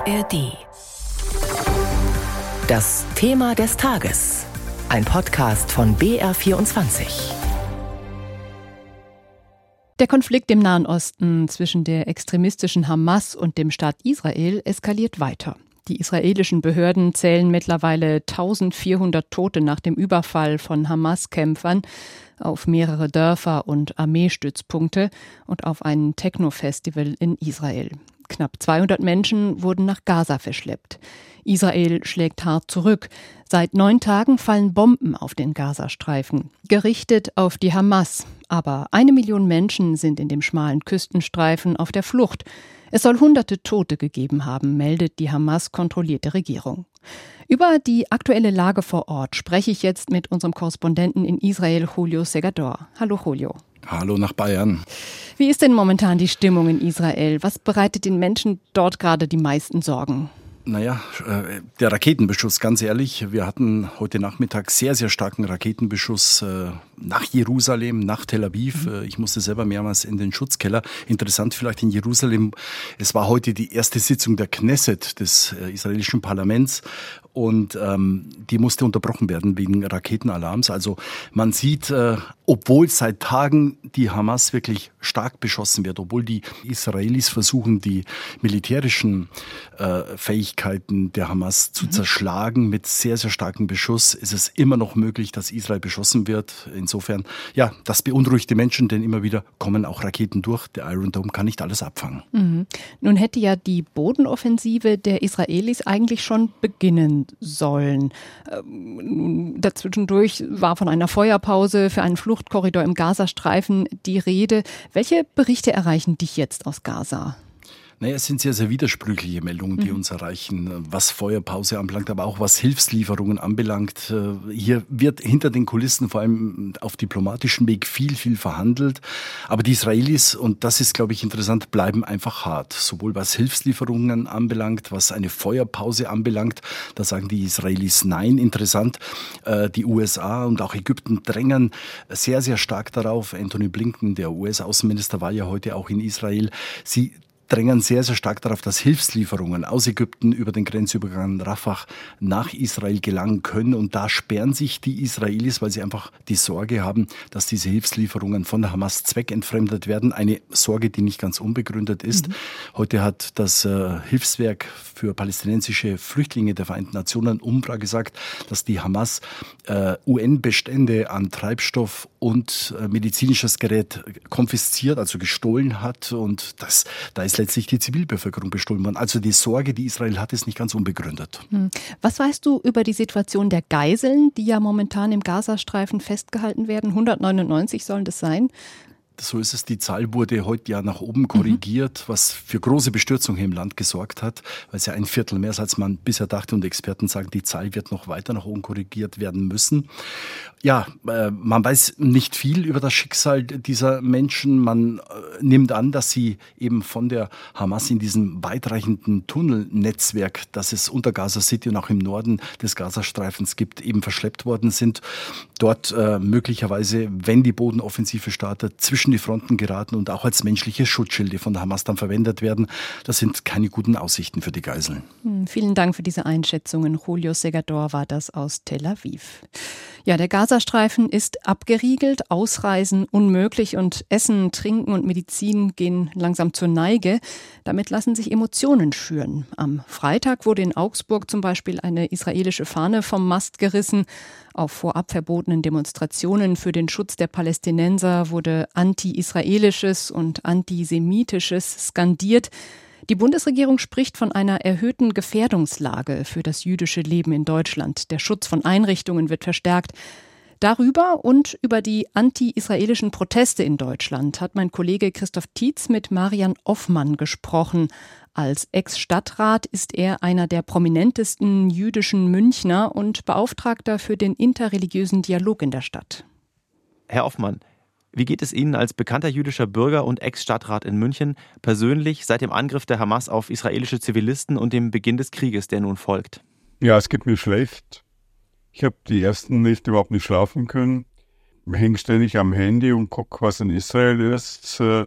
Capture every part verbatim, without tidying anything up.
A R D. Das Thema des Tages. Ein Podcast von B R vierundzwanzig. Der Konflikt im Nahen Osten zwischen der extremistischen Hamas und dem Staat Israel eskaliert weiter. Die israelischen Behörden zählen mittlerweile eintausendvierhundert Tote nach dem Überfall von Hamas-Kämpfern auf mehrere Dörfer und Armeestützpunkte und auf ein Techno-Festival in Israel. Knapp zweihundert Menschen wurden nach Gaza verschleppt. Israel schlägt hart zurück. Seit neun Tagen fallen Bomben auf den Gazastreifen, gerichtet auf die Hamas. Aber eine Million Menschen sind in dem schmalen Küstenstreifen auf der Flucht. Es soll hunderte Tote gegeben haben, meldet die Hamas-kontrollierte Regierung. Über die aktuelle Lage vor Ort spreche ich jetzt mit unserem Korrespondenten in Israel, Julio Segador. Hallo Julio. Hallo nach Bayern. Wie ist denn momentan die Stimmung in Israel? Was bereitet den Menschen dort gerade die meisten Sorgen? Naja, der Raketenbeschuss, ganz ehrlich. Wir hatten heute Nachmittag sehr, sehr starken Raketenbeschuss nach Jerusalem, nach Tel Aviv. Mhm. Ich musste selber mehrmals in den Schutzkeller. Interessant vielleicht in Jerusalem, es war heute die erste Sitzung der Knesset, des israelischen Parlaments. Und ähm, die musste unterbrochen werden wegen Raketenalarms. Also man sieht, äh, obwohl seit Tagen die Hamas wirklich stark beschossen wird, obwohl die Israelis versuchen, die militärischen äh, Fähigkeiten der Hamas zu mhm. zerschlagen mit sehr, sehr starkem Beschuss, ist es immer noch möglich, dass Israel beschossen wird. Insofern, ja, das beunruhigt die Menschen, denn immer wieder kommen auch Raketen durch. Der Iron Dome kann nicht alles abfangen. Mhm. Nun hätte ja die Bodenoffensive der Israelis eigentlich schon beginnen sollen. Ähm, dazwischendurch war von einer Feuerpause für einen Fluchtkorridor im Gazastreifen die Rede. Welche Berichte erreichen dich jetzt aus Gaza? Naja, es sind sehr, sehr widersprüchliche Meldungen, die mhm. uns erreichen, was Feuerpause anbelangt, aber auch was Hilfslieferungen anbelangt. Hier wird hinter den Kulissen vor allem auf diplomatischem Weg viel, viel verhandelt. Aber die Israelis, und das ist, glaube ich, interessant, bleiben einfach hart. Sowohl was Hilfslieferungen anbelangt, was eine Feuerpause anbelangt. Da sagen die Israelis nein. Interessant, die U S A und auch Ägypten drängen sehr, sehr stark darauf. Anthony Blinken, der U S-Außenminister, war ja heute auch in Israel. Sie drängen sehr, sehr stark darauf, dass Hilfslieferungen aus Ägypten über den Grenzübergang Rafah nach Israel gelangen können. Und da sperren sich die Israelis, weil sie einfach die Sorge haben, dass diese Hilfslieferungen von der Hamas zweckentfremdet werden. Eine Sorge, die nicht ganz unbegründet ist. Mhm. Heute hat das äh, Hilfswerk für palästinensische Flüchtlinge der Vereinten Nationen UNRWA gesagt, dass die Hamas äh, U N-Bestände an Treibstoff und äh, medizinisches Gerät konfisziert, also gestohlen hat. Und das, da ist letztlich die Zivilbevölkerung bestohlen worden. Also die Sorge, die Israel hat, ist nicht ganz unbegründet. Was weißt du über die Situation der Geiseln, die ja momentan im Gazastreifen festgehalten werden? hundertneunundneunzig sollen das sein. So ist es. Die Zahl wurde heute ja nach oben korrigiert, mhm. was für große Bestürzung hier im Land gesorgt hat, weil es ja ein Viertel mehr ist, als man bisher dachte. Und Experten sagen, die Zahl wird noch weiter nach oben korrigiert werden müssen. Ja, äh, man weiß nicht viel über das Schicksal dieser Menschen. Man äh, nimmt an, dass sie eben von der Hamas in diesem weitreichenden Tunnelnetzwerk, das es unter Gaza City und auch im Norden des Gazastreifens gibt, eben verschleppt worden sind. Dort äh, möglicherweise, wenn die Bodenoffensive startet, zwischen die Fronten geraten und auch als menschliche Schutzschilde von der Hamas dann verwendet werden. Das sind keine guten Aussichten für die Geiseln. Hm, vielen Dank für diese Einschätzungen. Julio Segador war das aus Tel Aviv. Ja, der Gazastreifen ist abgeriegelt, Ausreisen unmöglich und Essen, Trinken und Medizin gehen langsam zur Neige. Damit lassen sich Emotionen schüren. Am Freitag wurde in Augsburg zum Beispiel eine israelische Fahne vom Mast gerissen. Auf vorab verbotenen Demonstrationen für den Schutz der Palästinenser wurde anti-israelisches und antisemitisches skandiert. Die Bundesregierung spricht von einer erhöhten Gefährdungslage für das jüdische Leben in Deutschland. Der Schutz von Einrichtungen wird verstärkt. Darüber und über die anti-israelischen Proteste in Deutschland hat mein Kollege Christoph Tietz mit Marian Offmann gesprochen. Als Ex-Stadtrat ist er einer der prominentesten jüdischen Münchner und Beauftragter für den interreligiösen Dialog in der Stadt. Herr Offmann, wie geht es Ihnen als bekannter jüdischer Bürger und Ex-Stadtrat in München persönlich seit dem Angriff der Hamas auf israelische Zivilisten und dem Beginn des Krieges, der nun folgt? Ja, es geht mir schlecht. Ich habe die ersten Nächte überhaupt nicht schlafen können. Ich hänge ständig am Handy und gucke, was in Israel ist.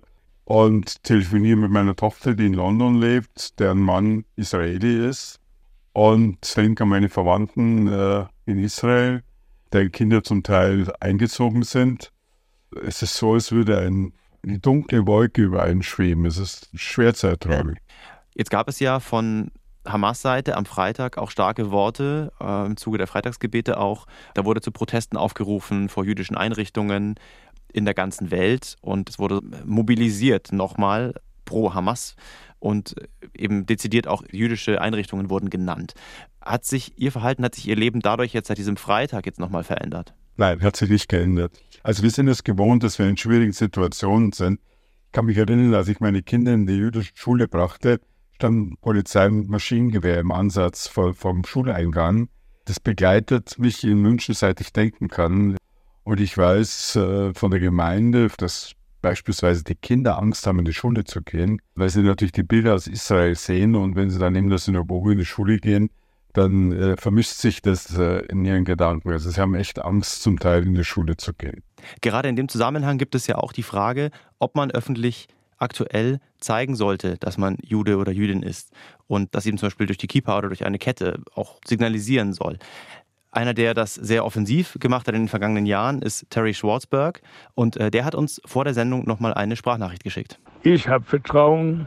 und telefoniere mit meiner Tochter, die in London lebt, deren Mann Israeli ist. Und denke an meine Verwandten äh, in Israel, deren Kinder zum Teil eingezogen sind. Es ist so, als würde ein, eine dunkle Wolke über einen schweben. Es ist schwer zu ertragen. Jetzt gab es ja von Hamas-Seite am Freitag auch starke Worte äh, im Zuge der Freitagsgebete auch. Da wurde zu Protesten aufgerufen vor jüdischen Einrichtungen in der ganzen Welt und es wurde mobilisiert nochmal pro Hamas. Und eben dezidiert auch jüdische Einrichtungen wurden genannt. Hat sich Ihr Verhalten, hat sich Ihr Leben dadurch jetzt seit diesem Freitag jetzt nochmal verändert? Nein, hat sich nicht geändert. Also wir sind es gewohnt, dass wir in schwierigen Situationen sind. Ich kann mich erinnern, als ich meine Kinder in die jüdische Schule brachte, stand Polizei mit Maschinengewehr im Ansatz vor, vom Schuleingang. Das begleitet mich in München, seit ich denken kann. Und ich weiß äh, von der Gemeinde, dass beispielsweise die Kinder Angst haben, in die Schule zu gehen, weil sie natürlich die Bilder aus Israel sehen und wenn sie dann neben der Synagoge in die Schule gehen, dann äh, vermischt sich das äh, in ihren Gedanken. Also sie haben echt Angst, zum Teil in die Schule zu gehen. Gerade in dem Zusammenhang gibt es ja auch die Frage, ob man öffentlich aktuell zeigen sollte, dass man Jude oder Jüdin ist und das eben zum Beispiel durch die Kippa oder durch eine Kette auch signalisieren soll. Einer, der das sehr offensiv gemacht hat in den vergangenen Jahren, ist Terry Schwartzberg. Und äh, der hat uns vor der Sendung nochmal eine Sprachnachricht geschickt. Ich habe Vertrauen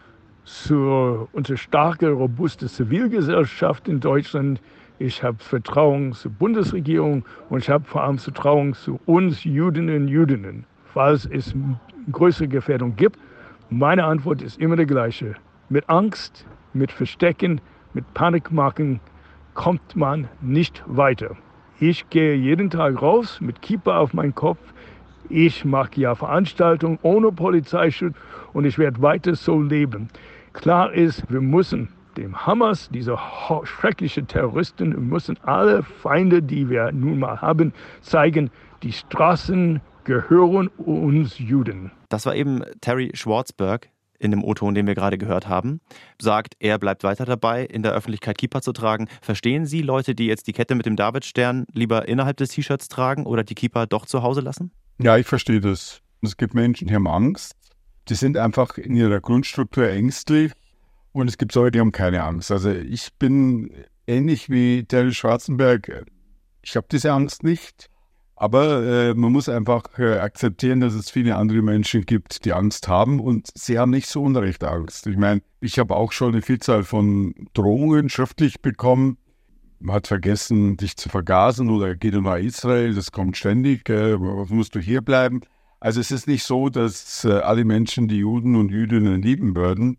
zu unserer starken, robusten Zivilgesellschaft in Deutschland. Ich habe Vertrauen zur Bundesregierung und ich habe vor allem Vertrauen zu uns Jüdinnen und Jüdinnen. Falls es eine größere Gefährdung gibt, meine Antwort ist immer die gleiche. Mit Angst, mit Verstecken, mit Panikmachen kommt man nicht weiter. Ich gehe jeden Tag raus mit Kippa auf meinem Kopf. Ich mache ja Veranstaltungen ohne Polizeischutz und ich werde weiter so leben. Klar ist, wir müssen dem Hamas, diese schrecklichen Terroristen, wir müssen alle Feinde, die wir nun mal haben, zeigen, die Straßen gehören uns Juden. Das war eben Terry Schwartzberg. In dem O-Ton, den wir gerade gehört haben, sagt, er bleibt weiter dabei, in der Öffentlichkeit Kippa zu tragen. Verstehen Sie Leute, die jetzt die Kette mit dem Davidstern lieber innerhalb des T-Shirts tragen oder die Kippa doch zu Hause lassen? Ja, ich verstehe das. Es gibt Menschen, die haben Angst. Die sind einfach in ihrer Grundstruktur ängstlich und es gibt solche, die haben keine Angst. Also ich bin ähnlich wie Terry Schwarzenberg. Ich habe diese Angst nicht. Aber äh, man muss einfach äh, akzeptieren, dass es viele andere Menschen gibt, die Angst haben und sie haben nicht so unrecht Angst. Ich meine, ich habe auch schon eine Vielzahl von Drohungen schriftlich bekommen. Man hat vergessen, dich zu vergasen oder geh du nach Israel, das kommt ständig, äh, musst du hier bleiben. Also es ist nicht so, dass äh, alle Menschen die Juden und Jüdinnen lieben würden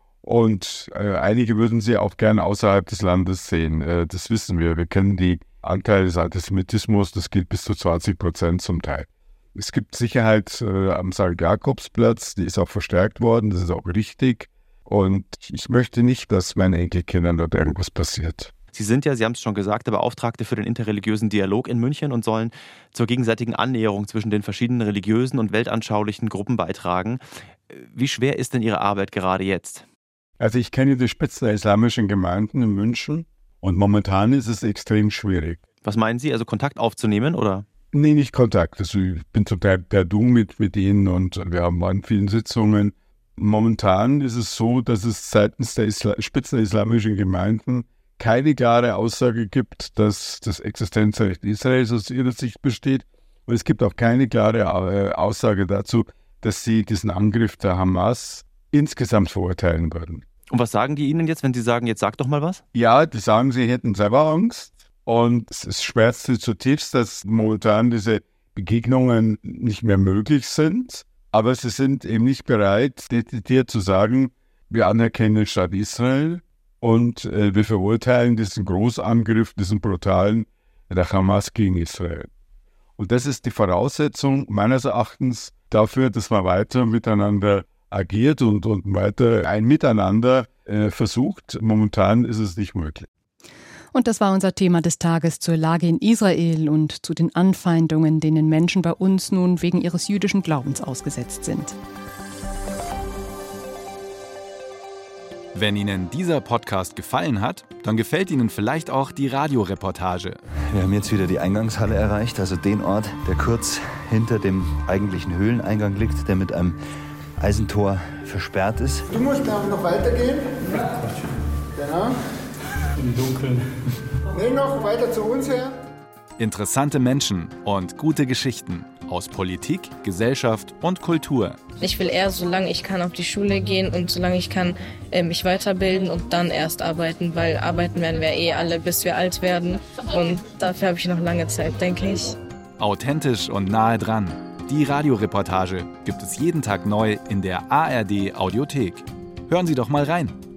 und äh, einige würden sie auch gern außerhalb des Landes sehen. Äh, das wissen wir, wir kennen die Anteil des Antisemitismus, das geht bis zu zwanzig Prozent zum Teil. Es gibt Sicherheit äh, am Sankt Jakobsplatz, die ist auch verstärkt worden, das ist auch richtig. Und ich möchte nicht, dass meinen Enkelkindern dort irgendwas passiert. Sie sind ja, Sie haben es schon gesagt, der Beauftragte für den interreligiösen Dialog in München und sollen zur gegenseitigen Annäherung zwischen den verschiedenen religiösen und weltanschaulichen Gruppen beitragen. Wie schwer ist denn Ihre Arbeit gerade jetzt? Also ich kenne die Spitzen der islamischen Gemeinden in München. Und momentan ist es extrem schwierig. Was meinen Sie, also Kontakt aufzunehmen, oder? Nee, nicht Kontakt. Also ich bin zum Teil per Du mit, mit ihnen und wir haben an vielen Sitzungen. Momentan ist es so, dass es seitens der Isla- Spitzen der islamischen Gemeinden keine klare Aussage gibt, dass das Existenzrecht Israels aus ihrer Sicht besteht. Und es gibt auch keine klare Aussage dazu, dass sie diesen Angriff der Hamas insgesamt verurteilen würden. Und was sagen die Ihnen jetzt, wenn Sie sagen, jetzt sag doch mal was? Ja, die sagen, sie hätten selber Angst. Und es schmerzt sie zutiefst, dass momentan diese Begegnungen nicht mehr möglich sind. Aber sie sind eben nicht bereit, dezidiert zu sagen, wir anerkennen den Staat Israel und äh, wir verurteilen diesen Großangriff, diesen brutalen der Hamas gegen Israel. Und das ist die Voraussetzung meines Erachtens dafür, dass man weiter miteinander agiert und, und weiter ein Miteinander äh, versucht. Momentan ist es nicht möglich. Und das war unser Thema des Tages zur Lage in Israel und zu den Anfeindungen, denen Menschen bei uns nun wegen ihres jüdischen Glaubens ausgesetzt sind. Wenn Ihnen dieser Podcast gefallen hat, dann gefällt Ihnen vielleicht auch die Radioreportage. Wir haben jetzt wieder die Eingangshalle erreicht, also den Ort, der kurz hinter dem eigentlichen Höhleneingang liegt, der mit einem Eisentor versperrt ist. Du musst da noch weitergehen. Genau. Im Dunkeln. Nee, noch weiter zu uns her. Interessante Menschen und gute Geschichten aus Politik, Gesellschaft und Kultur. Ich will eher, solange ich kann, auf die Schule gehen und solange ich kann, äh, mich weiterbilden und dann erst arbeiten, weil arbeiten werden wir eh alle, bis wir alt werden. Und dafür habe ich noch lange Zeit, denke ich. Authentisch und nahe dran. Die Radioreportage gibt es jeden Tag neu in der A R D Audiothek. Hören Sie doch mal rein.